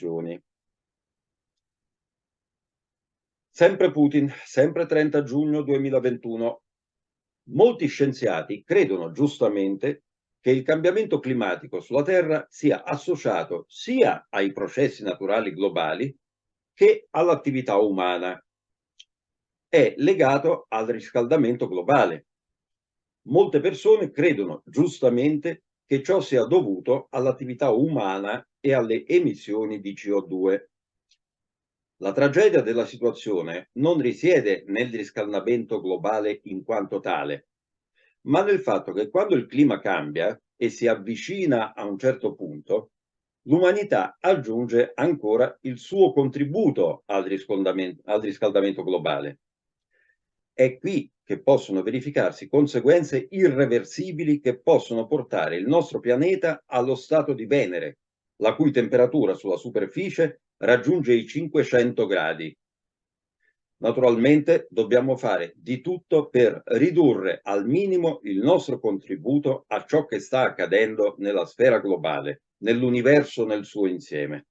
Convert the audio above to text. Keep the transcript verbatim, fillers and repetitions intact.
Sempre Putin, sempre trenta giugno duemilaventuno. Molti scienziati credono giustamente che il cambiamento climatico sulla Terra sia associato sia ai processi naturali globali che all'attività umana. È legato al riscaldamento globale. Molte persone credono giustamente che ciò sia dovuto all'attività umana e alle emissioni di C O due. La tragedia della situazione non risiede nel riscaldamento globale in quanto tale, ma nel fatto che quando il clima cambia e si avvicina a un certo punto, l'umanità aggiunge ancora il suo contributo al riscaldamento, al riscaldamento globale. È qui che possono verificarsi conseguenze irreversibili che possono portare il nostro pianeta allo stato di Venere, la cui temperatura sulla superficie raggiunge i cinquecento gradi. Naturalmente dobbiamo fare di tutto per ridurre al minimo il nostro contributo a ciò che sta accadendo nella sfera globale, nell'universo nel suo insieme.